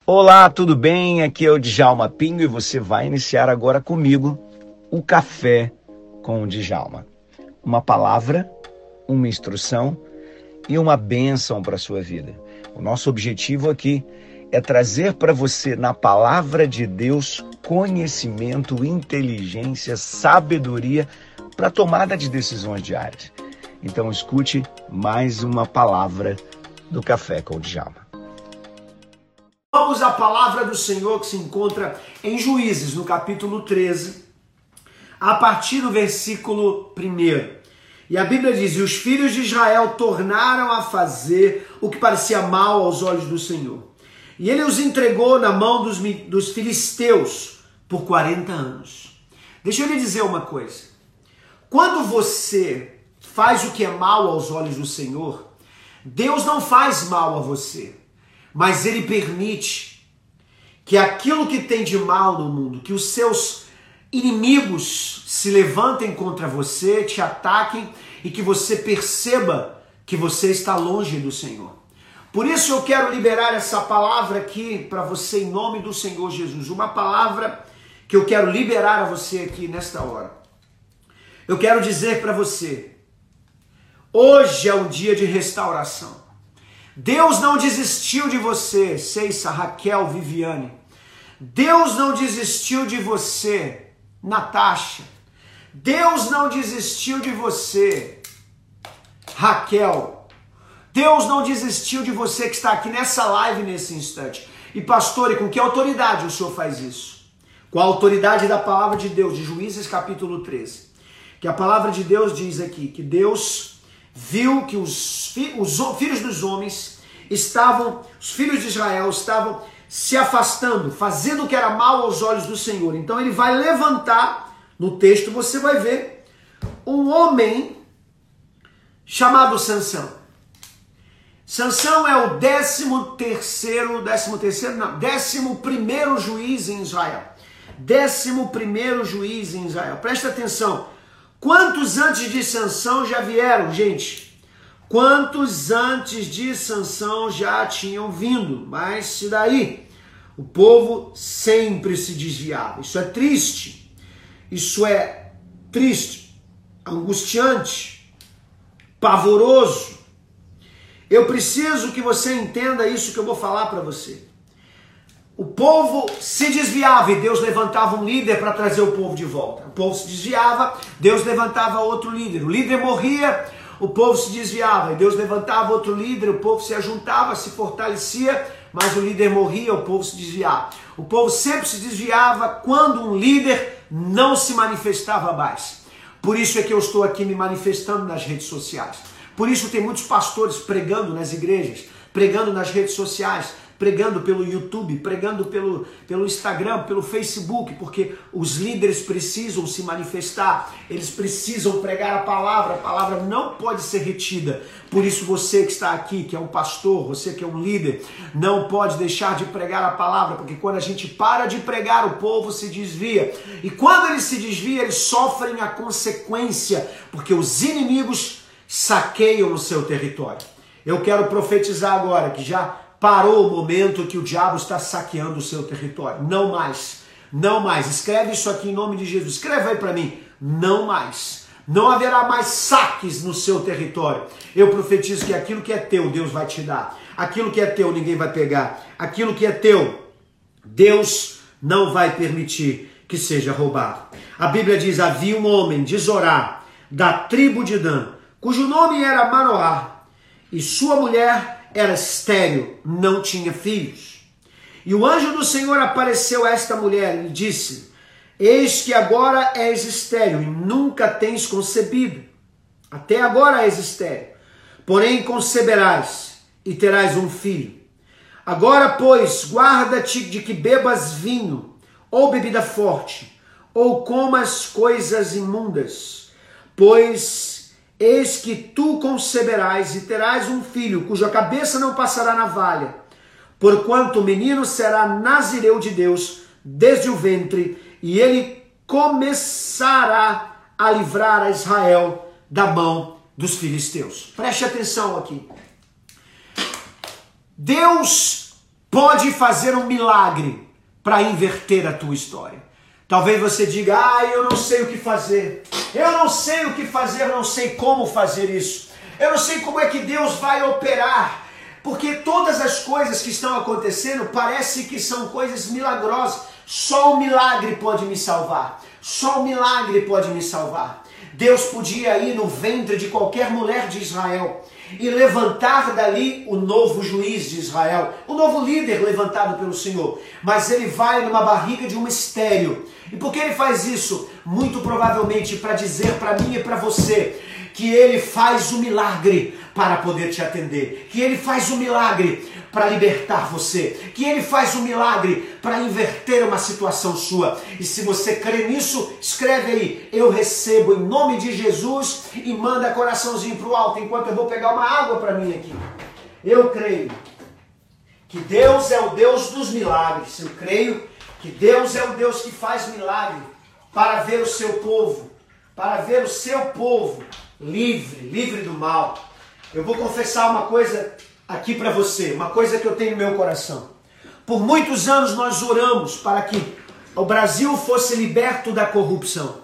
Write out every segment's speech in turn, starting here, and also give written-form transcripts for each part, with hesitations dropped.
Olá, tudo bem? Aqui é o Djalma Pinho e você vai iniciar agora comigo o Café com o Djalma. Uma palavra, uma instrução e uma bênção para a sua vida. O nosso objetivo aqui é trazer para você, na palavra de Deus, conhecimento, inteligência, sabedoria para a tomada de decisões diárias. Então escute mais uma palavra do Café com o Djalma. Vamos à palavra do Senhor que se encontra em Juízes, no capítulo 13, a partir do versículo 1. E a Bíblia diz: e os filhos de Israel tornaram a fazer o que parecia mal aos olhos do Senhor. E ele os entregou na mão dos filisteus por 40 anos. Deixa eu lhe dizer uma coisa. Quando você faz o que é mal aos olhos do Senhor, Deus não faz mal a você. Mas ele permite que aquilo que tem de mal no mundo, que os seus inimigos se levantem contra você, te ataquem e que você perceba que você está longe do Senhor. Por isso eu quero liberar essa palavra aqui para você em nome do Senhor Jesus. Uma palavra que eu quero liberar a você aqui nesta hora. Eu quero dizer para você, hoje é um dia de restauração. Deus não desistiu de você, Ceissa, Raquel, Viviane. Deus não desistiu de você, Natasha. Deus não desistiu de você, Raquel. Deus não desistiu de você que está aqui nessa live nesse instante. E pastor, e com que autoridade o senhor faz isso? Com a autoridade da palavra de Deus, de Juízes capítulo 13. Que a palavra de Deus diz aqui, que Deus viu que os filhos dos homens os filhos de Israel estavam se afastando, fazendo o que era mal aos olhos do Senhor. Então ele vai levantar, no texto você vai ver, um homem chamado Sansão. Sansão é o 11º juiz em Israel. 11º juiz em Israel. Presta atenção. Quantos antes de Sansão já vieram, gente? Quantos antes de Sansão já tinham vindo? Mas e daí? O povo sempre se desviava. Isso é triste. Isso é triste, angustiante, pavoroso. Eu preciso que você entenda isso que eu vou falar para você. O povo se desviava e Deus levantava um líder para trazer o povo de volta. O povo se desviava, Deus levantava outro líder. O líder morria, o povo se desviava e Deus levantava outro líder. O povo se ajuntava, se fortalecia, mas o líder morria, o povo se desviava. O povo sempre se desviava quando um líder não se manifestava mais. Por isso é que eu estou aqui me manifestando nas redes sociais. Por isso tem muitos pastores pregando nas igrejas, pregando nas redes sociais, pregando pelo YouTube, pregando pelo Instagram, pelo Facebook, porque os líderes precisam se manifestar, eles precisam pregar a palavra não pode ser retida. Por isso você que está aqui, que é um pastor, você que é um líder, não pode deixar de pregar a palavra, porque quando a gente para de pregar, o povo se desvia. E quando ele se desvia, eles sofrem a consequência, porque os inimigos saqueiam o seu território. Eu quero profetizar agora que já parou o momento que o diabo está saqueando o seu território. Não mais. Não mais. Escreve isso aqui em nome de Jesus. Escreve aí para mim. Não mais. Não haverá mais saques no seu território. Eu profetizo que aquilo que é teu, Deus vai te dar. Aquilo que é teu, ninguém vai pegar. Aquilo que é teu, Deus não vai permitir que seja roubado. A Bíblia diz: havia um homem de Zorá, da tribo de Dan, cujo nome era Manoá, e sua mulher era estéril, não tinha filhos. E o anjo do Senhor apareceu a esta mulher e disse: eis que agora és estéril e nunca tens concebido. Até agora és estéril, porém conceberás e terás um filho. Agora, pois, guarda-te de que bebas vinho ou bebida forte, ou comas coisas imundas, pois eis que tu conceberás e terás um filho, cuja cabeça não passará navalha, porquanto o menino será nazireu de Deus desde o ventre, e ele começará a livrar a Israel da mão dos filisteus. Preste atenção aqui. Deus pode fazer um milagre para inverter a tua história. Talvez você diga, eu não sei o que fazer, eu não sei o que fazer, eu não sei como fazer isso, eu não sei como é que Deus vai operar, porque todas as coisas que estão acontecendo parece que são coisas milagrosas. Só o milagre pode me salvar, só o milagre pode me salvar. Deus podia ir no ventre de qualquer mulher de Israel e levantar dali o novo juiz de Israel, o novo líder levantado pelo Senhor. Mas ele vai numa barriga de uma estéril. E por que ele faz isso? Muito provavelmente para dizer para mim e para você que ele faz o milagre para poder te atender, que ele faz o milagre para libertar você, que ele faz um milagre para inverter uma situação sua. E se você crê nisso, escreve aí, eu recebo em nome de Jesus, e manda coraçãozinho para o alto, enquanto eu vou pegar uma água para mim aqui. Eu creio que Deus é o Deus dos milagres, eu creio que Deus é o Deus que faz milagre para ver o seu povo, livre do mal. Eu vou confessar uma coisa aqui para você, uma coisa que eu tenho no meu coração. Por muitos anos nós oramos para que o Brasil fosse liberto da corrupção.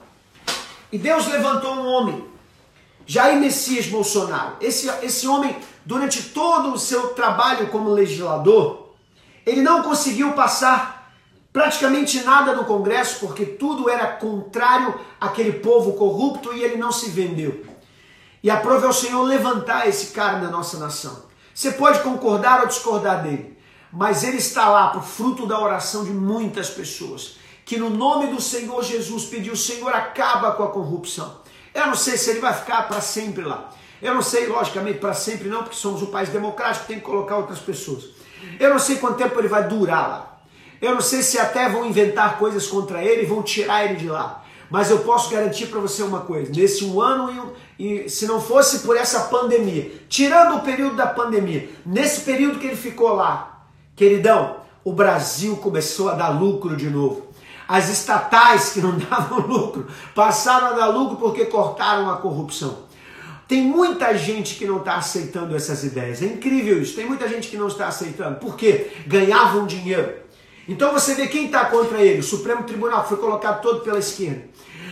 E Deus levantou um homem, Jair Messias Bolsonaro. Esse homem, durante todo o seu trabalho como legislador, ele não conseguiu passar praticamente nada no Congresso, porque tudo era contrário àquele povo corrupto e ele não se vendeu. E aprove ao Senhor levantar esse cara na nossa nação. Você pode concordar ou discordar dele, mas ele está lá por fruto da oração de muitas pessoas, que no nome do Senhor Jesus pediu, Senhor, acaba com a corrupção. Eu não sei se ele vai ficar para sempre lá. Eu não sei, logicamente, para sempre não, porque somos um país democrático, tem que colocar outras pessoas. Eu não sei quanto tempo ele vai durar lá. Eu não sei se até vão inventar coisas contra ele e vão tirar ele de lá. Mas eu posso garantir para você uma coisa, nesse um ano, e se não fosse por essa pandemia, tirando o período da pandemia, nesse período que ele ficou lá, queridão, o Brasil começou a dar lucro de novo. As estatais que não davam lucro, passaram a dar lucro porque cortaram a corrupção. Tem muita gente que não está aceitando essas ideias, é incrível isso, tem muita gente que não está aceitando, por quê? Ganhavam dinheiro. Então você vê quem está contra ele, o Supremo Tribunal, que foi colocado todo pela esquerda.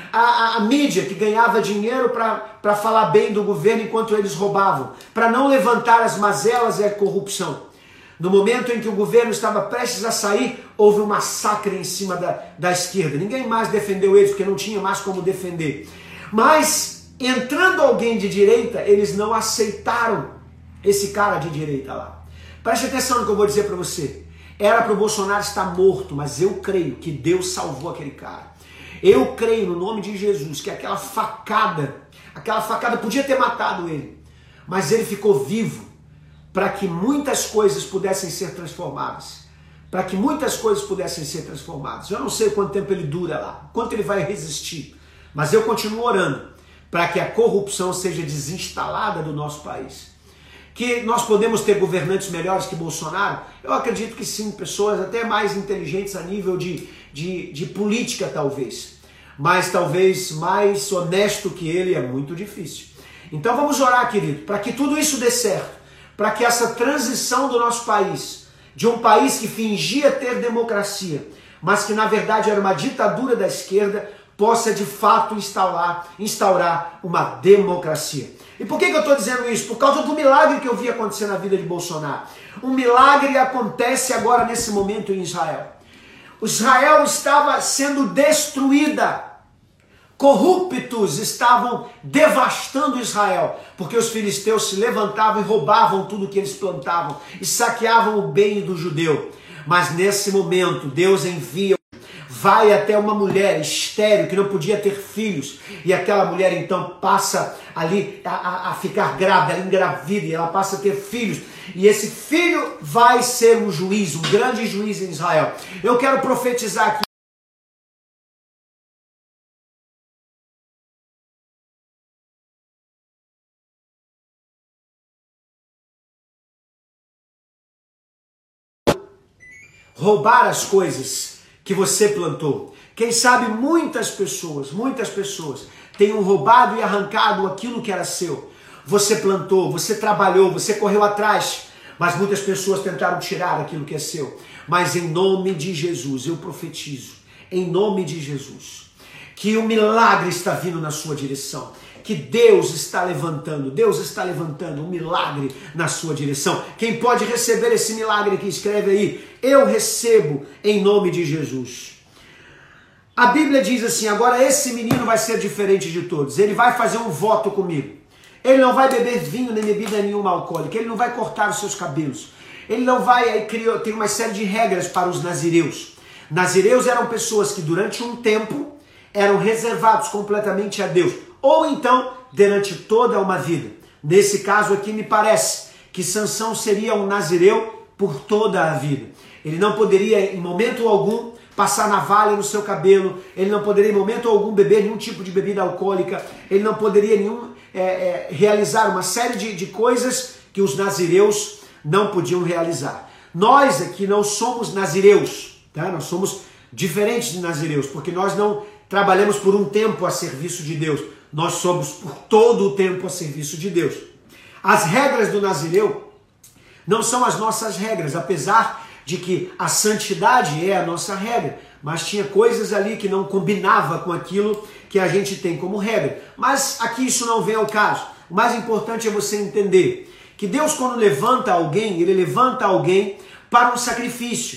A mídia que ganhava dinheiro para falar bem do governo enquanto eles roubavam, para não levantar as mazelas e a corrupção. No momento em que o governo estava prestes a sair, houve um massacre em cima da esquerda. Ninguém mais defendeu eles, porque não tinha mais como defender. Mas, entrando alguém de direita, eles não aceitaram esse cara de direita lá. Preste atenção no que eu vou dizer para você. Era para o Bolsonaro estar morto, mas eu creio que Deus salvou aquele cara. Eu creio no nome de Jesus que aquela facada podia ter matado ele, mas ele ficou vivo para que muitas coisas pudessem ser transformadas. Para que muitas coisas pudessem ser transformadas. Eu não sei quanto tempo ele dura lá, quanto ele vai resistir, mas eu continuo orando para que a corrupção seja desinstalada do nosso país. Que nós podemos ter governantes melhores que Bolsonaro? Eu acredito que sim, pessoas até mais inteligentes a nível de política talvez. Mas talvez mais honesto que ele é muito difícil. Então vamos orar, querido, para que tudo isso dê certo. Para que essa transição do nosso país, de um país que fingia ter democracia, mas que na verdade era uma ditadura da esquerda, possa de fato instaurar uma democracia. E por que eu estou dizendo isso? Por causa do milagre que eu vi acontecer na vida de Bolsonaro. Um milagre acontece agora nesse momento em Israel. Israel estava sendo destruída. Corruptos estavam devastando Israel, porque os filisteus se levantavam e roubavam tudo que eles plantavam e saqueavam o bem do judeu. Mas nesse momento Deus envia, vai até uma mulher estéril que não podia ter filhos, e aquela mulher então passa ali a ficar grávida, ela engravida e ela passa a ter filhos, e esse filho vai ser um juiz, um grande juiz em Israel. Eu quero profetizar aqui. Roubar as coisas que você plantou. Quem sabe muitas pessoas tenham roubado e arrancado aquilo que era seu. Você plantou, você trabalhou, você correu atrás, mas muitas pessoas tentaram tirar aquilo que é seu. Mas em nome de Jesus, eu profetizo, em nome de Jesus, que o milagre está vindo na sua direção, que Deus está levantando um milagre na sua direção. Quem pode receber esse milagre que escreve aí, eu recebo em nome de Jesus. A Bíblia diz assim, agora esse menino vai ser diferente de todos, ele vai fazer um voto comigo. Ele não vai beber vinho nem bebida nenhuma alcoólica, ele não vai cortar os seus cabelos, ele não vai, tem uma série de regras para os nazireus. Nazireus eram pessoas que durante um tempo eram reservados completamente a Deus, ou então durante toda uma vida. Nesse caso aqui me parece que Sansão seria um nazireu por toda a vida. Ele não poderia em momento algum passar navalha no seu cabelo, ele não poderia em momento algum beber nenhum tipo de bebida alcoólica, ele não poderia realizar uma série de coisas que os nazireus não podiam realizar. Nós aqui não somos nazireus, tá? Nós somos diferentes de nazireus, porque nós não trabalhamos por um tempo a serviço de Deus, nós somos por todo o tempo a serviço de Deus. As regras do nazireu não são as nossas regras, apesar de que a santidade é a nossa regra, mas tinha coisas ali que não combinava com aquilo que a gente tem como regra. Mas aqui isso não vem ao caso. O mais importante é você entender que Deus, quando levanta alguém, ele levanta alguém para um sacrifício.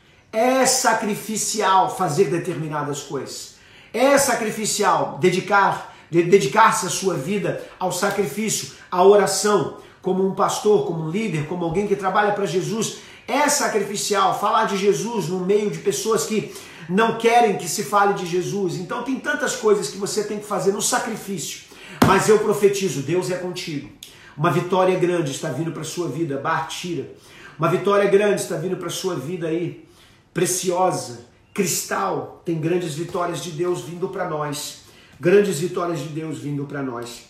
É sacrificial fazer determinadas coisas. É sacrificial dedicar-se a sua vida ao sacrifício, à oração, como um pastor, como um líder, como alguém que trabalha para Jesus. É sacrificial falar de Jesus no meio de pessoas que não querem que se fale de Jesus. Então tem tantas coisas que você tem que fazer no sacrifício. Mas eu profetizo, Deus é contigo. Uma vitória grande está vindo para a sua vida, Bartira. Uma vitória grande está vindo para a sua vida aí, preciosa, cristal. Tem grandes vitórias de Deus vindo para nós. Grandes vitórias de Deus vindo para nós.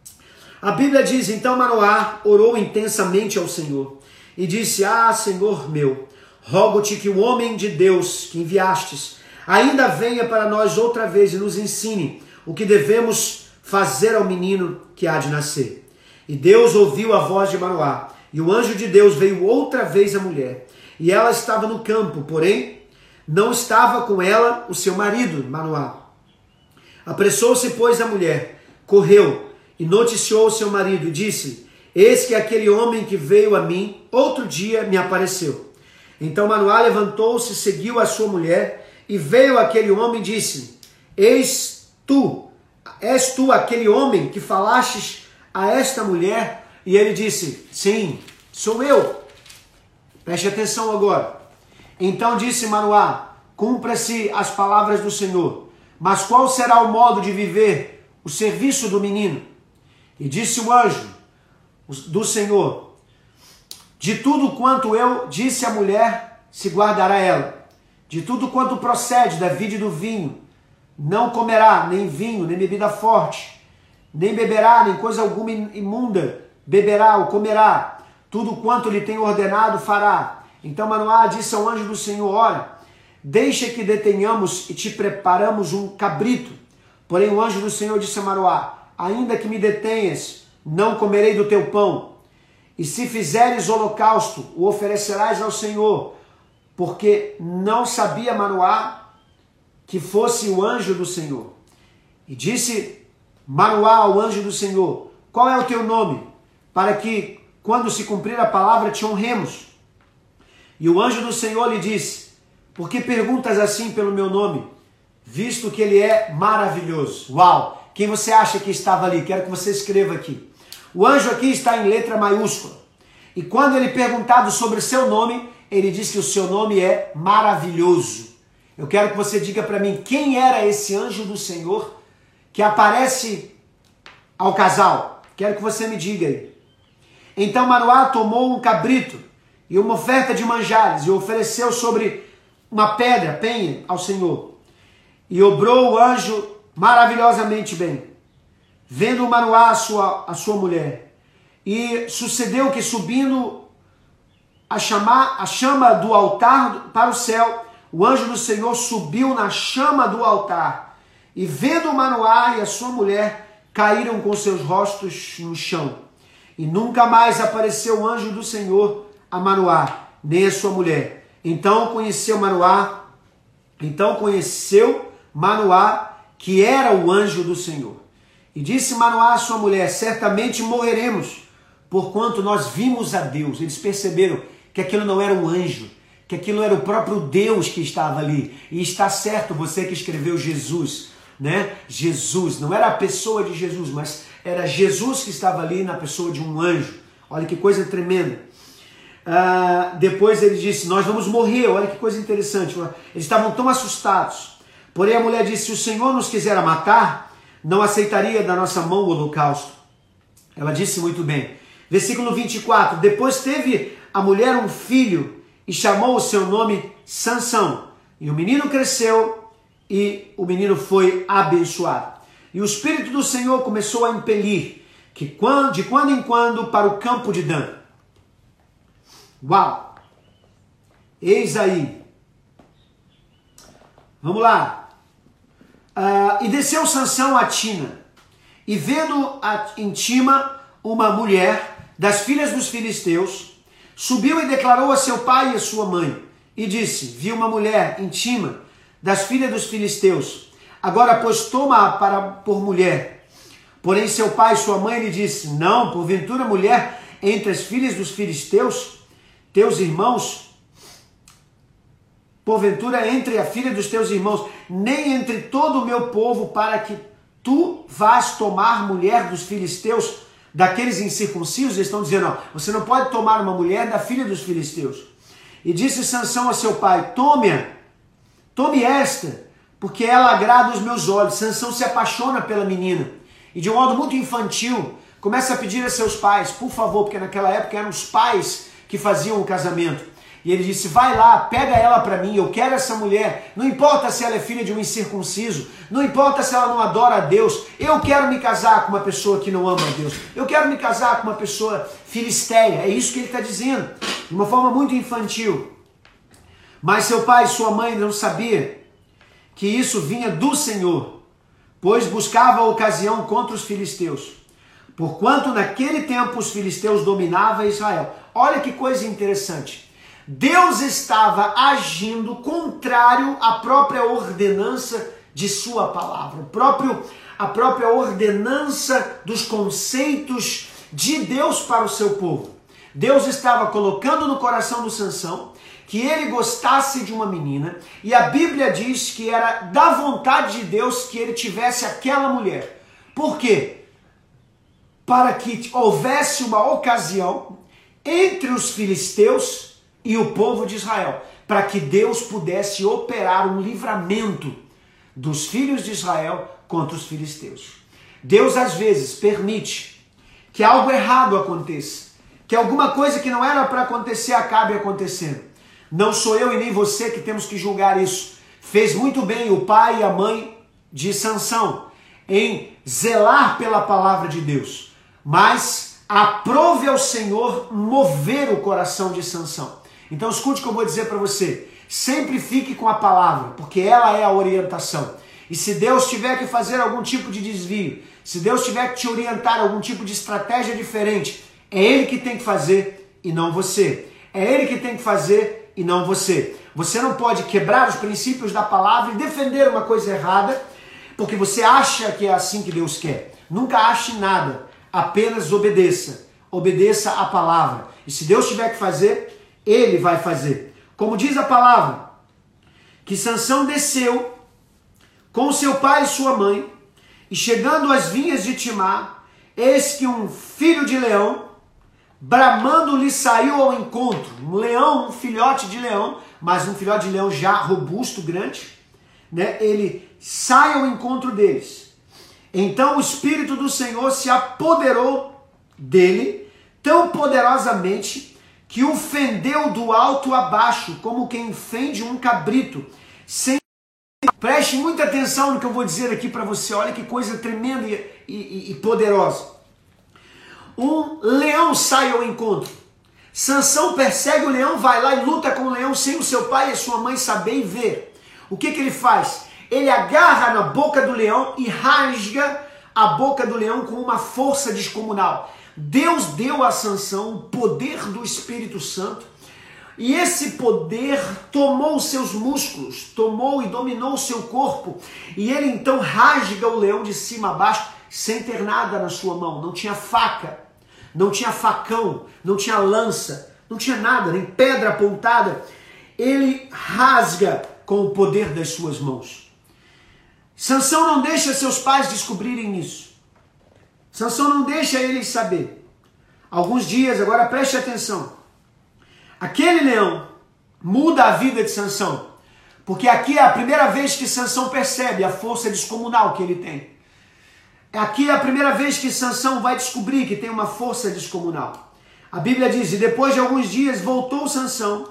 A Bíblia diz, então Manoá orou intensamente ao Senhor e disse, Senhor meu, rogo-te que o homem de Deus que enviastes ainda venha para nós outra vez e nos ensine o que devemos fazer ao menino que há de nascer. E Deus ouviu a voz de Manoá, e o anjo de Deus veio outra vez à mulher, e ela estava no campo, porém não estava com ela o seu marido, Manoá. Apressou-se, pois, a mulher, correu e noticiou o seu marido e disse, eis que aquele homem que veio a mim, outro dia me apareceu. Então Manoá levantou-se, seguiu a sua mulher, e veio aquele homem e disse, és tu aquele homem que falastes a esta mulher? E ele disse, sim, sou eu. Preste atenção agora. Então disse Manoá, cumpra-se as palavras do Senhor, mas qual será o modo de viver o serviço do menino? E disse o anjo do Senhor, de tudo quanto eu disse à mulher, se guardará ela. De tudo quanto procede da vide e do vinho, não comerá nem vinho, nem bebida forte, nem beberá, nem coisa alguma imunda, beberá ou comerá. Tudo quanto lhe tem ordenado fará. Então Manoá disse ao anjo do Senhor, olha, deixa que detenhamos e te preparamos um cabrito. Porém o anjo do Senhor disse a Manoá, ainda que me detenhas, não comerei do teu pão, e se fizeres holocausto, o oferecerás ao Senhor, porque não sabia Manoá que fosse o anjo do Senhor. E disse Manoá ao anjo do Senhor, qual é o teu nome, para que, quando se cumprir a palavra, te honremos? E o anjo do Senhor lhe disse, por que perguntas assim pelo meu nome, visto que ele é maravilhoso? Uau! Quem você acha que estava ali? Quero que você escreva aqui. O anjo aqui está em letra maiúscula. E quando ele perguntado sobre seu nome, ele diz que o seu nome é maravilhoso. Eu quero que você diga para mim quem era esse anjo do Senhor que aparece ao casal. Quero que você me diga aí. Então Manoá tomou um cabrito e uma oferta de manjares e ofereceu sobre uma pedra, penha, ao Senhor. E obrou o anjo maravilhosamente bem, vendo Manoá a sua mulher. E sucedeu que subindo a chama do altar para o céu, o anjo do Senhor subiu na chama do altar, e vendo Manoá e a sua mulher, caíram com seus rostos no chão. E nunca mais apareceu o anjo do Senhor a Manoá, nem a sua mulher. Então conheceu Manoá, que era o anjo do Senhor. E disse Manoá à sua mulher: certamente morreremos, porquanto nós vimos a Deus. Eles perceberam que aquilo não era um anjo, que aquilo era o próprio Deus que estava ali. E está certo você que escreveu Jesus, né? Jesus, não era a pessoa de Jesus, mas era Jesus que estava ali na pessoa de um anjo. Olha que coisa tremenda. Depois ele disse: nós vamos morrer. Olha que coisa interessante. Eles estavam tão assustados. Porém a mulher disse: se o Senhor nos quiser matar, não aceitaria da nossa mão o holocausto. Ela disse muito bem. Versículo 24. Depois teve a mulher um filho e chamou o seu nome Sansão. E o menino cresceu e o menino foi abençoado. E o Espírito do Senhor começou a impelir de quando em quando para o campo de Dan. Uau! Eis aí. Vamos lá. E desceu Sansão a Tina, e vendo em Tima uma mulher das filhas dos filisteus, subiu e declarou a seu pai e a sua mãe, e disse: vi uma mulher em Tima das filhas dos filisteus, agora pois toma-a por mulher. Porém seu pai e sua mãe lhe disse: não, porventura mulher entre as filhas dos filisteus, teus irmãos, porventura entre a filha dos teus irmãos, nem entre todo o meu povo, para que tu vás tomar mulher dos filisteus, daqueles incircuncisos. Eles estão dizendo: ó, você não pode tomar uma mulher da filha dos filisteus. E disse Sansão a seu pai: tome esta, porque ela agrada os meus olhos. Sansão se apaixona pela menina e de um modo muito infantil começa a pedir a seus pais, por favor, porque naquela época eram os pais que faziam o casamento. E ele disse: vai lá, pega ela para mim, eu quero essa mulher. Não importa se ela é filha de um incircunciso, não importa se ela não adora a Deus. Eu quero me casar com uma pessoa que não ama a Deus. Eu quero me casar com uma pessoa filisteia. É isso que ele está dizendo, de uma forma muito infantil. Mas seu pai e sua mãe não sabiam que isso vinha do Senhor, pois buscava a ocasião contra os filisteus, porquanto naquele tempo os filisteus dominavam Israel. Olha que coisa interessante. Deus estava agindo contrário à própria ordenança de sua palavra, a própria ordenança dos conceitos de Deus para o seu povo. Deus estava colocando no coração do Sansão que ele gostasse de uma menina, e a Bíblia diz que era da vontade de Deus que ele tivesse aquela mulher. Por quê? Para que houvesse uma ocasião entre os filisteus e o povo de Israel, para que Deus pudesse operar um livramento dos filhos de Israel contra os filisteus. Deus às vezes permite que algo errado aconteça, que alguma coisa que não era para acontecer acabe acontecendo. Não sou eu e nem você que temos que julgar isso. Fez muito bem o pai e a mãe de Sansão em zelar pela palavra de Deus, mas aprove ao Senhor mover o coração de Sansão. Então escute o que eu vou dizer para você. Sempre fique com a palavra, porque ela é a orientação. E se Deus tiver que fazer algum tipo de desvio, se Deus tiver que te orientar algum tipo de estratégia diferente, é Ele que tem que fazer e não você. É Ele que tem que fazer e não você. Você não pode quebrar os princípios da palavra e defender uma coisa errada, porque você acha que é assim que Deus quer. Nunca ache nada, apenas obedeça. Obedeça a palavra. E se Deus tiver que fazer, Ele vai fazer. Como diz a palavra, que Sansão desceu com seu pai e sua mãe, e chegando às vinhas de Timá, eis que um filho de leão, bramando lhe saiu ao encontro. Um leão, um filhote de leão, mas um filhote de leão já robusto, grande, né? Ele sai ao encontro deles. Então o Espírito do Senhor se apoderou dele tão poderosamente que o fendeu do alto a baixo, como quem fende um cabrito. Preste muita atenção no que eu vou dizer aqui para você. Olha que coisa tremenda e poderosa. Um leão sai ao encontro. Sansão persegue o leão, vai lá e luta com o leão sem o seu pai e a sua mãe saber e ver. O que ele faz? Ele agarra na boca do leão e rasga a boca do leão com uma força descomunal. Deus deu a Sansão o poder do Espírito Santo, e esse poder tomou os seus músculos, tomou e dominou o seu corpo, e ele então rasga o leão de cima a baixo, sem ter nada na sua mão. Não tinha faca, não tinha facão, não tinha lança, não tinha nada, nem pedra apontada. Ele rasga com o poder das suas mãos. Sansão não deixa seus pais descobrirem isso. Sansão não deixa eles saber. Alguns dias, agora preste atenção, aquele leão muda a vida de Sansão, porque aqui é a primeira vez que Sansão percebe a força descomunal que ele tem. Aqui é a primeira vez que Sansão vai descobrir que tem uma força descomunal. A Bíblia diz, e depois de alguns dias voltou Sansão,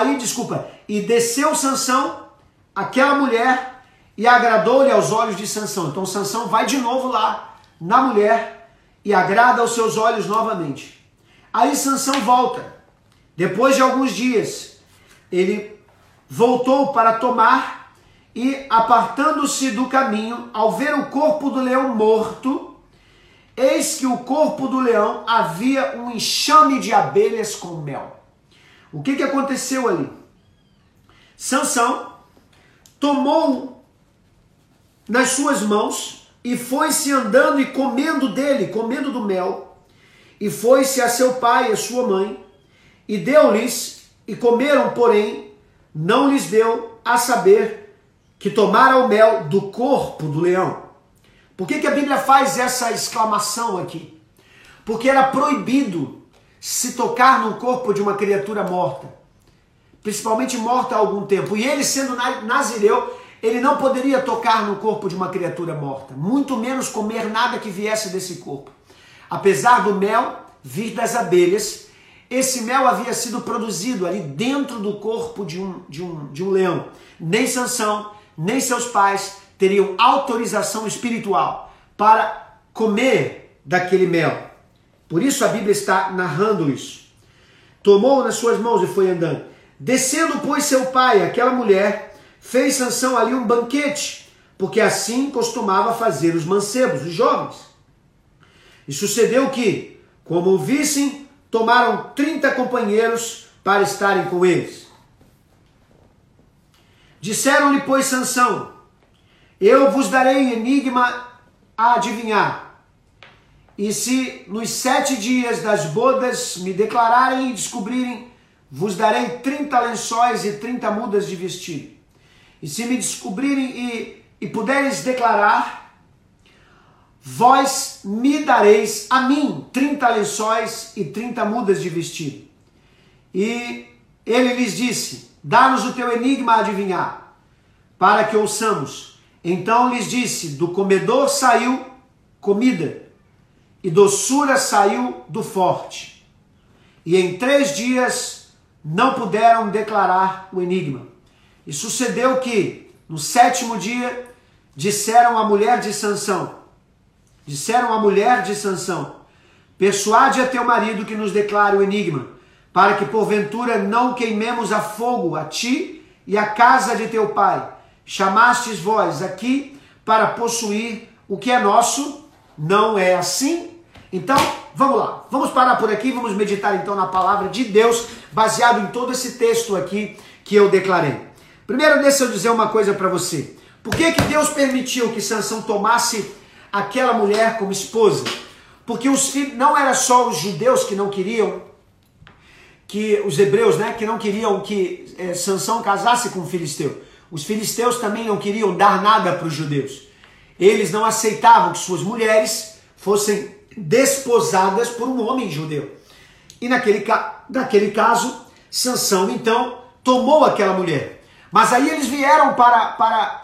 e desceu Sansão, aquela mulher, e agradou-lhe aos olhos de Sansão. Então Sansão vai de novo lá na mulher e agrada aos seus olhos novamente. Aí Sansão volta. Depois de alguns dias, ele voltou para tomar, e apartando-se do caminho, ao ver o corpo do leão morto, eis que o corpo do leão havia um enxame de abelhas com mel. O que aconteceu ali? Sansão tomou nas suas mãos e foi-se andando e comendo do mel, e foi-se a seu pai e a sua mãe, e deu-lhes, e comeram, porém, não lhes deu a saber que tomaram o mel do corpo do leão. Por que a Bíblia faz essa exclamação aqui? Porque era proibido se tocar no corpo de uma criatura morta, principalmente morta há algum tempo. E ele, sendo nazireu, ele não poderia tocar no corpo de uma criatura morta, muito menos comer nada que viesse desse corpo. Apesar do mel vir das abelhas, esse mel havia sido produzido ali dentro do corpo de um leão. Nem Sansão, nem seus pais teriam autorização espiritual para comer daquele mel. Por isso a Bíblia está narrando isso. Tomou nas suas mãos e foi andando. Descendo, pois, seu pai, aquela mulher, fez Sansão ali um banquete, porque assim costumava fazer os mancebos, os jovens. E sucedeu que, como o vissem, tomaram 30 companheiros para estarem com eles. Disseram-lhe, pois, Sansão, eu vos darei enigma a adivinhar, e se nos 7 dias das bodas me declararem e descobrirem, vos darei 30 lençóis e 30 mudas de vestido. E se me descobrirem e puderes declarar, vós me dareis a mim 30 lençóis e 30 mudas de vestido. E ele lhes disse, dá-nos o teu enigma a adivinhar, para que ouçamos. Então lhes disse, do comedor saiu comida, e doçura saiu do forte. E em 3 dias não puderam declarar o enigma. E sucedeu que, no 7º dia, disseram à mulher de Sansão, persuade a teu marido que nos declare o enigma, para que porventura não queimemos a fogo a ti e a casa de teu pai. Chamastes vós aqui para possuir o que é nosso, não é assim? Então, vamos lá, vamos parar por aqui, vamos meditar então na palavra de Deus, baseado em todo esse texto aqui que eu declarei. Primeiro, deixa eu dizer uma coisa para você. Por que Deus permitiu que Sansão tomasse aquela mulher como esposa? Porque os filhos, não era só os judeus que não queriam, que os hebreus, né, que não queriam que Sansão casasse com um filisteu. Os filisteus também não queriam dar nada para os judeus. Eles não aceitavam que suas mulheres fossem desposadas por um homem judeu. E naquele caso, Sansão então tomou aquela mulher. Mas aí eles vieram para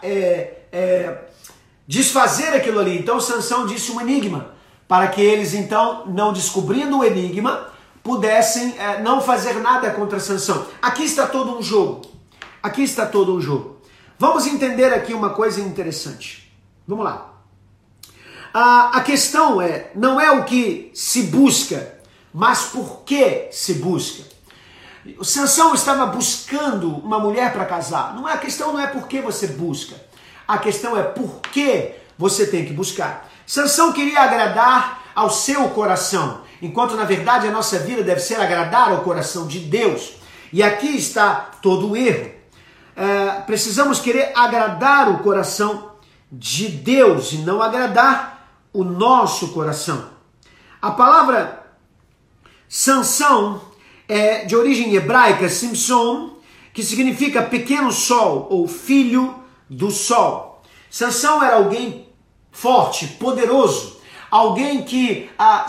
desfazer aquilo ali. Então Sansão disse um enigma, para que eles então, não descobrindo o enigma, pudessem não fazer nada contra Sansão. Aqui está todo um jogo. Aqui está todo um jogo. Vamos entender aqui uma coisa interessante. Vamos lá. A questão não é o que se busca, mas por que se busca. O Sansão estava buscando uma mulher para casar. A questão não é por que você busca. A questão é por que você tem que buscar. Sansão queria agradar ao seu coração. enquanto na verdade a nossa vida deve ser agradar ao coração de Deus. E aqui está todo o erro. Precisamos querer agradar o coração de Deus e não agradar o nosso coração. A palavra Sansão é de origem hebraica, Simson, que significa pequeno sol ou filho do sol. Sansão era alguém forte, poderoso, alguém que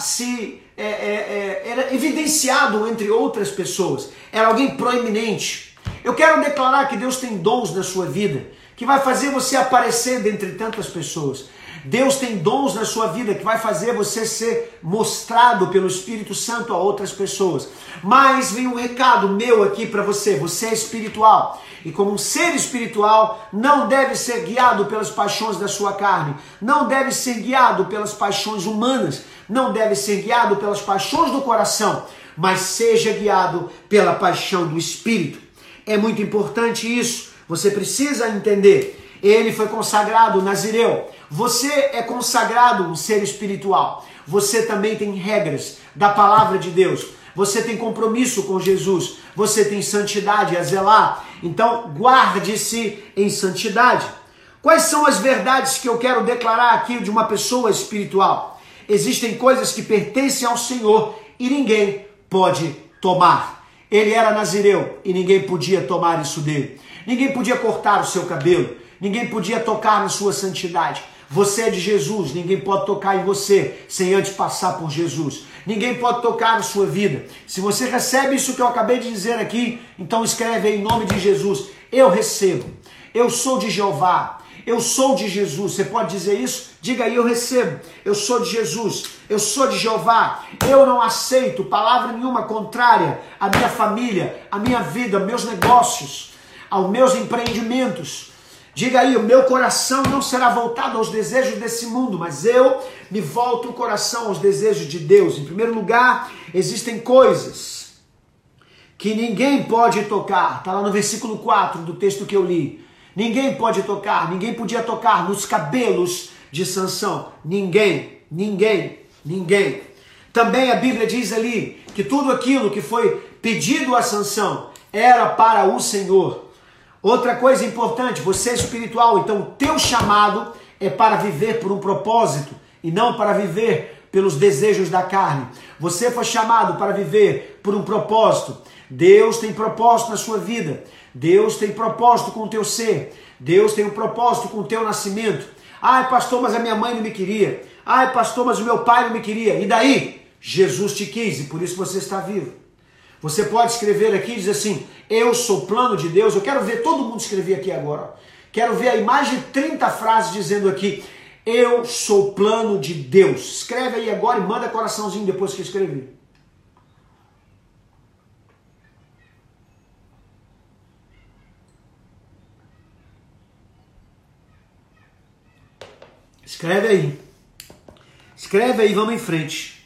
era evidenciado entre outras pessoas, era alguém proeminente. Eu quero declarar que Deus tem dons na sua vida, que vai fazer você aparecer dentre tantas pessoas. Deus tem dons na sua vida que vai fazer você ser mostrado pelo Espírito Santo a outras pessoas. Mas vem um recado meu aqui para você. Você é espiritual. E como um ser espiritual, não deve ser guiado pelas paixões da sua carne. Não deve ser guiado pelas paixões humanas. Não deve ser guiado pelas paixões do coração. Mas seja guiado pela paixão do Espírito. É muito importante isso. Você precisa entender. Ele foi consagrado nazireu. Você é consagrado um ser espiritual. Você também tem regras da palavra de Deus. Você tem compromisso com Jesus. Você tem santidade a zelar. Então, guarde-se em santidade. Quais são as verdades que eu quero declarar aqui de uma pessoa espiritual? Existem coisas que pertencem ao Senhor e ninguém pode tomar. Ele era nazireu e ninguém podia tomar isso dele. Ninguém podia cortar o seu cabelo. Ninguém podia tocar na sua santidade. Você é de Jesus, ninguém pode tocar em você sem antes passar por Jesus. Ninguém pode tocar na sua vida. Se você recebe isso que eu acabei de dizer aqui, então escreve aí em nome de Jesus. Eu recebo. Eu sou de Jeová. Eu sou de Jesus. Você pode dizer isso? Diga aí, eu recebo. Eu sou de Jesus. Eu sou de Jeová. Eu não aceito palavra nenhuma contrária à minha família, à minha vida, aos meus negócios, aos meus empreendimentos. Diga aí, o meu coração não será voltado aos desejos desse mundo, mas eu me volto o coração aos desejos de Deus. Em primeiro lugar, existem coisas que ninguém pode tocar. Está lá no versículo 4 do texto que eu li. Ninguém pode tocar, ninguém podia tocar nos cabelos de Sansão. Ninguém. Também a Bíblia diz ali que tudo aquilo que foi pedido a Sansão era para o Senhor. Outra coisa importante, você é espiritual, então o teu chamado é para viver por um propósito e não para viver pelos desejos da carne. Você foi chamado para viver por um propósito. Deus tem propósito na sua vida. Deus tem propósito com o teu ser. Deus tem um propósito com o teu nascimento. Ai, pastor, mas a minha mãe não me queria. Ai, pastor, mas o meu pai não me queria. E daí? Jesus te quis e por isso você está vivo. Você pode escrever aqui e dizer assim, eu sou plano de Deus. Eu quero ver todo mundo escrever aqui agora. Quero ver aí mais de 30 frases dizendo aqui, eu sou plano de Deus. Escreve aí agora e manda coraçãozinho depois que escrever. Escreve aí. Escreve aí, vamos em frente.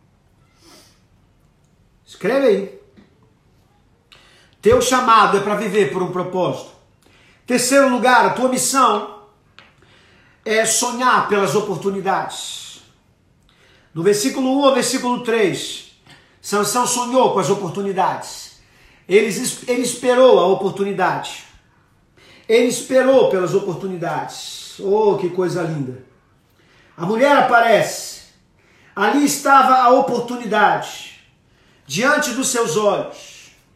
Escreve aí. Teu chamado é para viver por um propósito. Terceiro lugar, a tua missão é sonhar pelas oportunidades. No versículo 1 ao versículo 3, Sansão sonhou com as oportunidades. Ele esperou a oportunidade. Ele esperou pelas oportunidades. Oh, que coisa linda. A mulher aparece. Ali estava a oportunidade. Diante dos seus olhos.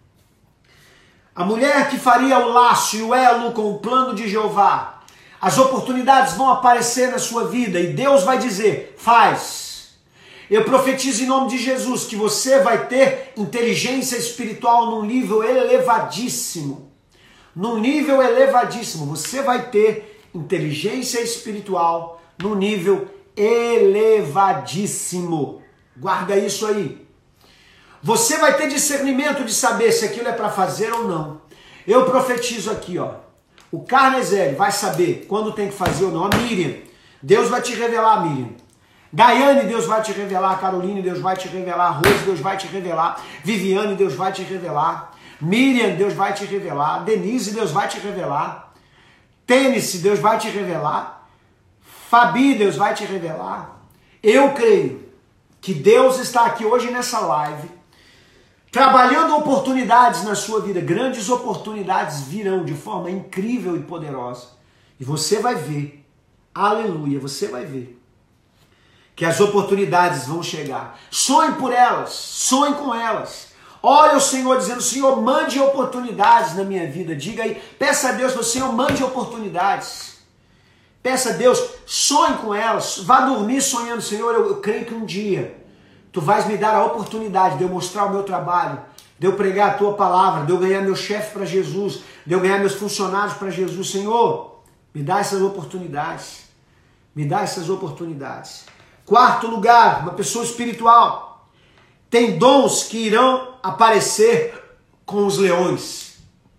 A mulher que faria o laço e o elo com o plano de Jeová. As oportunidades vão aparecer na sua vida e Deus vai dizer, faz. Eu profetizo em nome de Jesus que você vai ter inteligência espiritual num nível elevadíssimo. Num nível elevadíssimo. Você vai ter inteligência espiritual num nível elevadíssimo. Guarda isso aí. Você vai ter discernimento de saber se aquilo é para fazer ou não. Eu profetizo aqui, ó. O Carnezelli vai saber quando tem que fazer ou não. A Miriam, Deus vai te revelar, Miriam. Daiane, Deus vai te revelar. Caroline, Deus vai te revelar. Rose, Deus vai te revelar. Viviane, Deus vai te revelar. Miriam, Deus vai te revelar. Denise, Deus vai te revelar. Tênis, Deus vai te revelar. Fabi, Deus vai te revelar. Eu creio que Deus está aqui hoje nessa live, trabalhando oportunidades na sua vida. Grandes oportunidades virão de forma incrível e poderosa. E você vai ver, aleluia, você vai ver que as oportunidades vão chegar. Sonhe por elas, sonhe com elas. Olha o Senhor dizendo, Senhor, mande oportunidades na minha vida. Diga aí, peça a Deus, Senhor, mande oportunidades. Peça a Deus, sonhe com elas. Vá dormir sonhando, Senhor, eu creio que um dia Tu vais me dar a oportunidade de eu mostrar o meu trabalho, de eu pregar a Tua palavra, de eu ganhar meu chefe para Jesus, de eu ganhar meus funcionários para Jesus. Senhor, me dá essas oportunidades. Me dá essas oportunidades. Quarto lugar, uma pessoa espiritual tem dons que irão aparecer com os leões.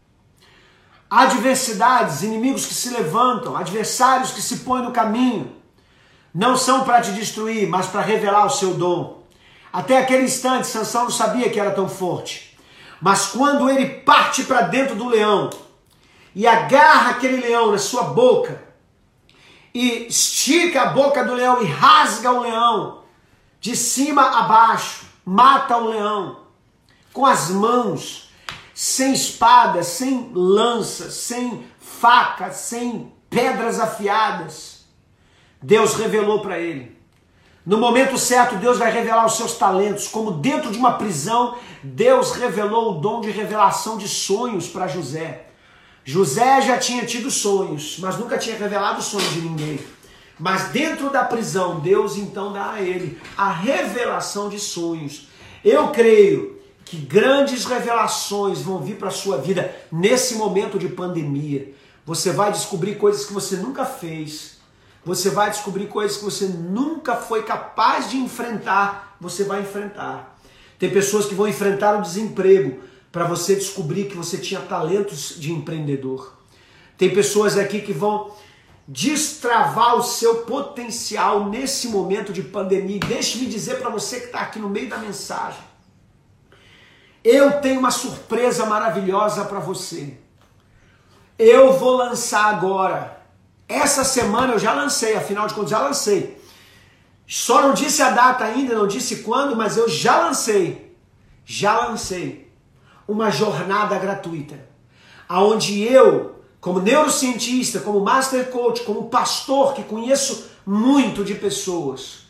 Adversidades, inimigos que se levantam, adversários que se põem no caminho, não são para te destruir, mas para revelar o seu dom. Até aquele instante, Sansão não sabia que era tão forte. Mas quando ele parte para dentro do leão e agarra aquele leão na sua boca e estica a boca do leão e rasga o leão de cima a baixo, mata o leão com as mãos, sem espada, sem lança, sem faca, sem pedras afiadas, Deus revelou para ele. No momento certo, Deus vai revelar os seus talentos. Como dentro de uma prisão, Deus revelou o dom de revelação de sonhos para José. José já tinha tido sonhos, mas nunca tinha revelado sonhos de ninguém. Mas dentro da prisão, Deus então dá a ele a revelação de sonhos. Eu creio que grandes revelações vão vir para a sua vida nesse momento de pandemia. Você vai descobrir coisas que você nunca fez. Você vai descobrir coisas que você nunca foi capaz de enfrentar. Você vai enfrentar. Tem pessoas que vão enfrentar o desemprego para você descobrir que você tinha talentos de empreendedor. Tem pessoas aqui que vão destravar o seu potencial nesse momento de pandemia. Deixe-me dizer para você que está aqui no meio da mensagem. Eu tenho uma surpresa maravilhosa para você. Eu vou lançar agora. Essa semana eu já lancei, afinal de contas já lancei. Só não disse a data ainda, não disse quando, mas eu já lancei. Já lancei uma jornada gratuita. Onde eu, como neurocientista, como master coach, como pastor que conheço muito de pessoas,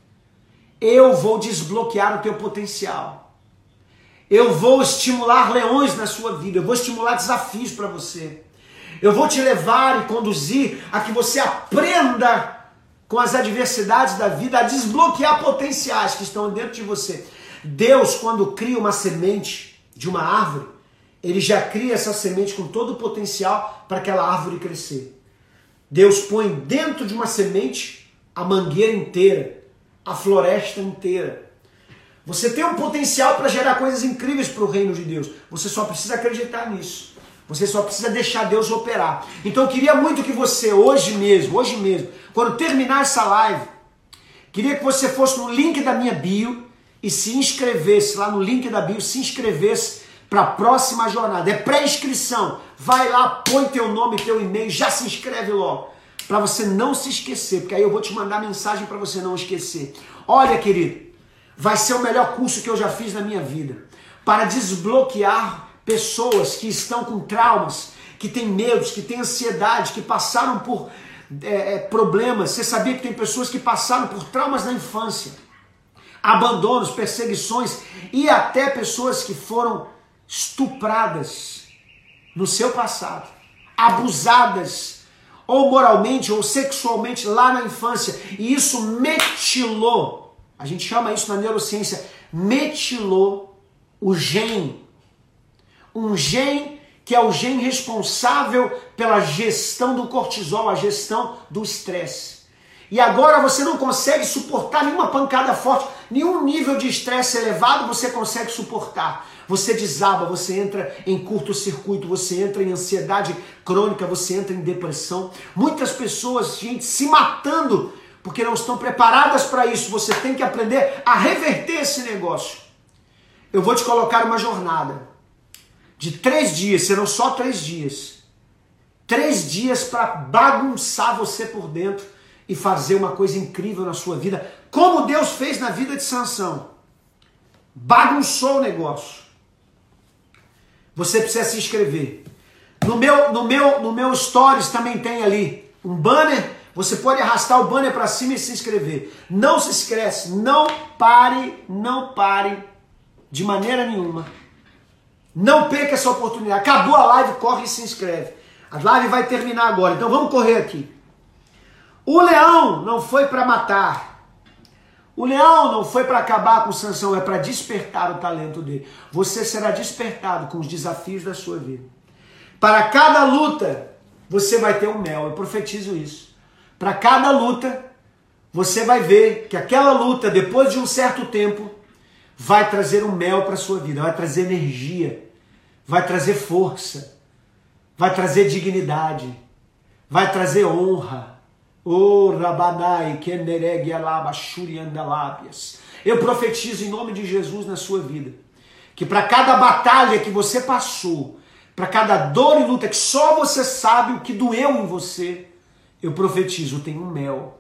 eu vou desbloquear o teu potencial. Eu vou estimular leões na sua vida, eu vou estimular desafios para você. Eu vou te levar e conduzir a que você aprenda com as adversidades da vida a desbloquear potenciais que estão dentro de você. Deus, quando cria uma semente de uma árvore, Ele já cria essa semente com todo o potencial para aquela árvore crescer. Deus põe dentro de uma semente a mangueira inteira, a floresta inteira. Você tem um potencial para gerar coisas incríveis para o reino de Deus. Você só precisa acreditar nisso. Você só precisa deixar Deus operar. Então eu queria muito que você, hoje mesmo, quando terminar essa live, queria que você fosse no link da minha bio e se inscrevesse, lá no link da bio, se inscrevesse para a próxima jornada. É pré-inscrição. Vai lá, põe teu nome, teu e-mail, já se inscreve logo. Para você não se esquecer, porque aí eu vou te mandar mensagem para você não esquecer. Olha, querido, vai ser o melhor curso que eu já fiz na minha vida. Para desbloquear pessoas que estão com traumas, que têm medos, que têm ansiedade, que passaram por problemas. Você sabia que tem pessoas que passaram por traumas na infância, abandonos, perseguições e até pessoas que foram estupradas no seu passado, abusadas ou moralmente ou sexualmente lá na infância. E isso metilou, a gente chama isso na neurociência, metilou o gene. Um gene que é o gene responsável pela gestão do cortisol, a gestão do estresse. E agora você não consegue suportar nenhuma pancada forte, nenhum nível de estresse elevado você consegue suportar. Você desaba, você entra em curto-circuito, você entra em ansiedade crônica, você entra em depressão. Muitas pessoas, gente, se matando porque não estão preparadas para isso. Você tem que aprender a reverter esse negócio. Eu vou te colocar uma jornada de 3 dias, serão só 3 dias. 3 dias para bagunçar você por dentro e fazer uma coisa incrível na sua vida, como Deus fez na vida de Sansão. Bagunçou o negócio. Você precisa se inscrever. No meu Stories também tem ali um banner. Você pode arrastar o banner para cima e se inscrever. Não se esquece, não pare de maneira nenhuma. Não perca essa oportunidade. Acabou a live, corre e se inscreve. A live vai terminar agora, então vamos correr aqui. O leão não foi para matar. O leão não foi para acabar com Sansão, é para despertar o talento dele. Você será despertado com os desafios da sua vida. Para cada luta, você vai ter um mel. Eu profetizo isso. Para cada luta, você vai ver que aquela luta, depois de um certo tempo, vai trazer um mel para a sua vida, vai trazer energia, vai trazer força, vai trazer dignidade, vai trazer honra. Oh, Rabanai, Kendereg Alaba, Shuri Andalábias. Eu profetizo em nome de Jesus na sua vida, que para cada batalha que você passou, para cada dor e luta que só você sabe o que doeu em você, eu profetizo, tem um mel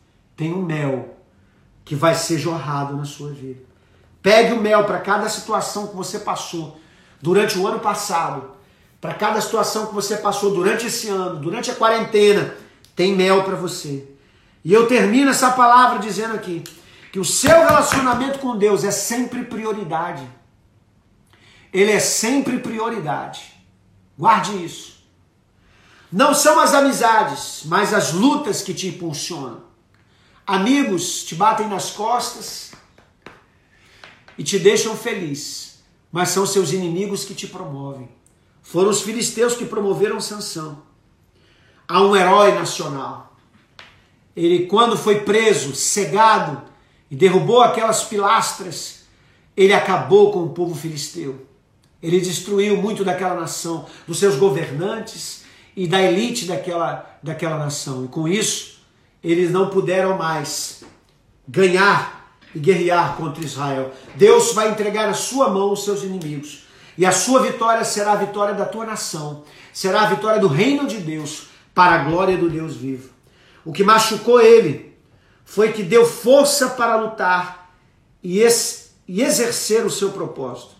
que vai ser jorrado na sua vida. Pegue o mel para cada situação que você passou durante o ano passado, para cada situação que você passou durante esse ano, durante a quarentena, tem mel para você. E eu termino essa palavra dizendo aqui, que o seu relacionamento com Deus é sempre prioridade. Ele é sempre prioridade. Guarde isso. Não são as amizades, mas as lutas que te impulsionam. Amigos te batem nas costas e te deixam feliz, mas são seus inimigos que te promovem. Foram os filisteus que promoveram Sansão a um herói nacional. Ele, quando foi preso, cegado e derrubou aquelas pilastras, ele acabou com o povo filisteu. Ele destruiu muito daquela nação, dos seus governantes e da elite daquela nação. E com isso, eles não puderam mais ganhar e guerrear contra Israel. Deus vai entregar na sua mão os seus inimigos. E a sua vitória será a vitória da tua nação. Será a vitória do reino de Deus, para a glória do Deus vivo. O que machucou ele foi que deu força para lutar e exercer o seu propósito.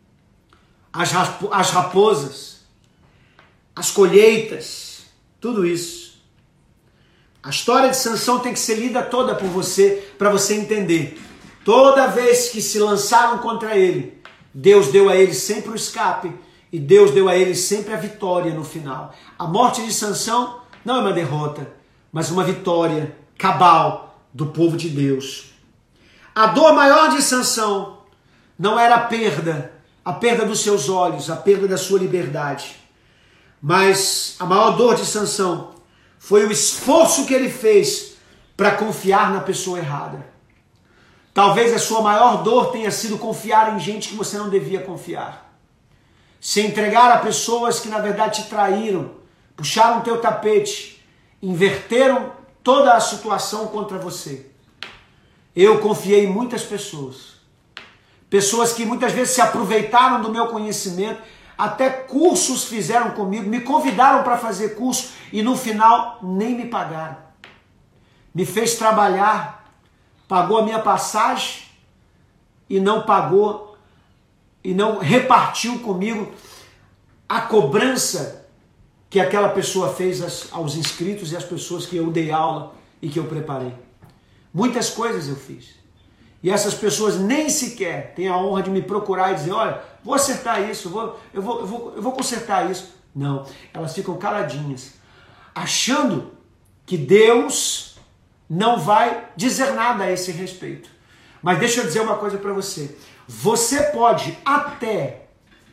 As raposas, as colheitas, tudo isso. A história de Sansão tem que ser lida toda por você, para você entender. Toda vez que se lançaram contra ele, Deus deu a ele sempre o escape e Deus deu a ele sempre a vitória no final. A morte de Sansão não é uma derrota, mas uma vitória cabal do povo de Deus. A dor maior de Sansão não era a perda dos seus olhos, a perda da sua liberdade. Mas a maior dor de Sansão foi o esforço que ele fez para confiar na pessoa errada. Talvez a sua maior dor tenha sido confiar em gente que você não devia confiar. Se entregar a pessoas que na verdade te traíram, puxaram o teu tapete, inverteram toda a situação contra você. Eu confiei em muitas pessoas. Pessoas que muitas vezes se aproveitaram do meu conhecimento, até cursos fizeram comigo, me convidaram para fazer curso e no final nem me pagaram. Me fez trabalhar, pagou a minha passagem e não pagou e não repartiu comigo a cobrança que aquela pessoa fez aos inscritos e às pessoas que eu dei aula e que eu preparei. Muitas coisas eu fiz. E essas pessoas nem sequer têm a honra de me procurar e dizer, olha, vou acertar isso, eu vou consertar isso. Não, elas ficam caladinhas, achando que Deus não vai dizer nada a esse respeito. Mas deixa eu dizer uma coisa para você. Você pode até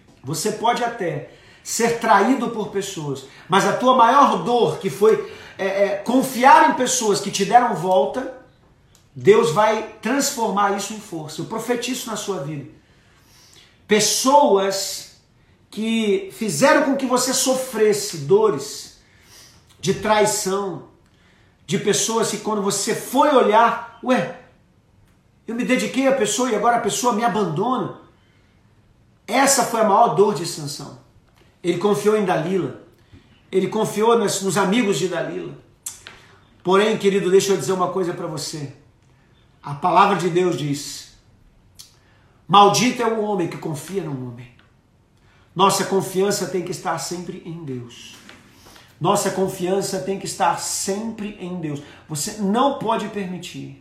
ser traído por pessoas, mas a tua maior dor, que foi confiar em pessoas que te deram volta, Deus vai transformar isso em força. Eu profetizo isso na sua vida. Pessoas que fizeram com que você sofresse dores de traição, de pessoas que quando você foi olhar, eu me dediquei à pessoa e agora a pessoa me abandona. Essa foi a maior dor de Sansão. Ele confiou em Dalila. Ele confiou nos amigos de Dalila. Porém, querido, deixa eu dizer uma coisa para você. A palavra de Deus diz: maldito é o homem que confia no homem. Nossa confiança tem que estar sempre em Deus. Nossa confiança tem que estar sempre em Deus. Você não pode permitir.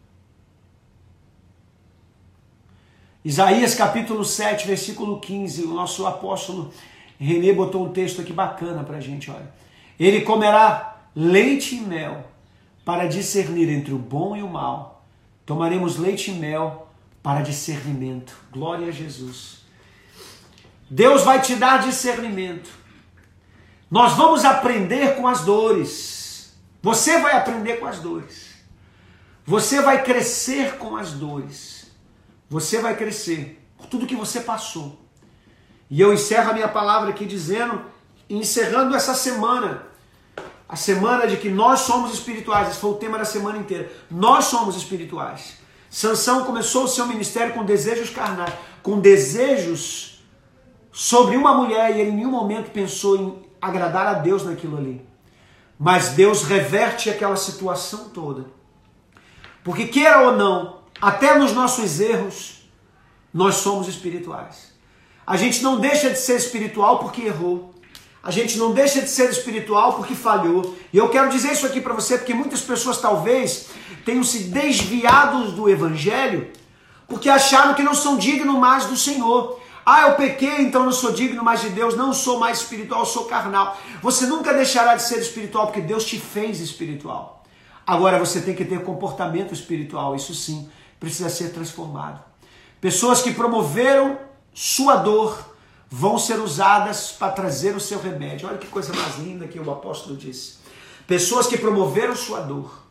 Isaías capítulo 7, versículo 15, o nosso apóstolo Renê botou um texto aqui bacana pra gente, olha. Ele comerá leite e mel para discernir entre o bom e o mal. Tomaremos leite e mel para discernimento. Glória a Jesus. Deus vai te dar discernimento. Nós vamos aprender com as dores. Você vai aprender com as dores. Você vai crescer com as dores. Você vai crescer por tudo que você passou. E eu encerro a minha palavra aqui dizendo, encerrando essa semana, a semana de que nós somos espirituais. Esse foi o tema da semana inteira. Nós somos espirituais. Sansão começou o seu ministério com desejos carnais, com desejos sobre uma mulher, e ele em nenhum momento pensou em agradar a Deus naquilo ali. Mas Deus reverte aquela situação toda. Porque queira ou não, até nos nossos erros, nós somos espirituais. A gente não deixa de ser espiritual porque errou. A gente não deixa de ser espiritual porque falhou. E eu quero dizer isso aqui para você, porque muitas pessoas talvez tenham se desviado do evangelho porque acharam que não são dignos mais do Senhor. Ah, eu pequei, então não sou digno mais de Deus, não sou mais espiritual, sou carnal. Você nunca deixará de ser espiritual porque Deus te fez espiritual. Agora você tem que ter comportamento espiritual, isso sim, precisa ser transformado. Pessoas que promoveram sua dor vão ser usadas para trazer o seu remédio. Olha que coisa mais linda que o apóstolo disse. Pessoas que promoveram sua dor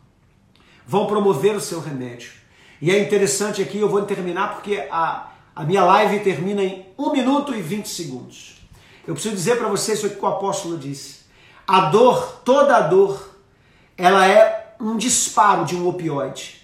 vão promover o seu remédio. E é interessante aqui, eu vou terminar porque a minha live termina em 1 minuto e 20 segundos. Eu preciso dizer para vocês o que o apóstolo disse. A dor, toda a dor, ela é um disparo de um opioide.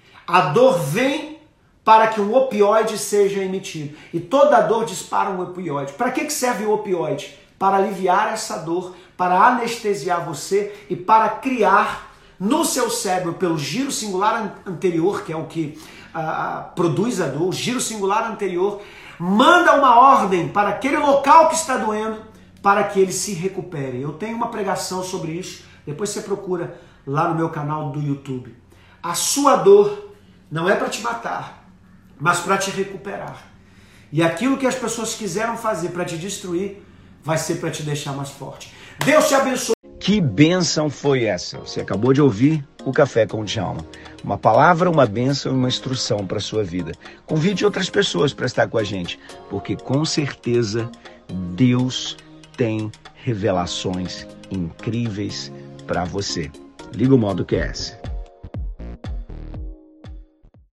A dor vem para que um opioide seja emitido. E toda a dor dispara um opioide. Para que serve o opioide? Para aliviar essa dor, para anestesiar você e para criar no seu cérebro, pelo giro singular anterior, que é o que produz a dor, o giro singular anterior, manda uma ordem para aquele local que está doendo, para que ele se recupere. Eu tenho uma pregação sobre isso, depois você procura lá no meu canal do YouTube. A sua dor não é para te matar, mas para te recuperar. E aquilo que as pessoas quiseram fazer para te destruir, vai ser para te deixar mais forte. Deus te abençoe. Que bênção foi essa? Você acabou de ouvir o Café com o Djalma. Uma palavra, uma bênção e uma instrução para a sua vida. Convide outras pessoas para estar com a gente, porque com certeza Deus tem revelações incríveis para você. Liga o modo QS.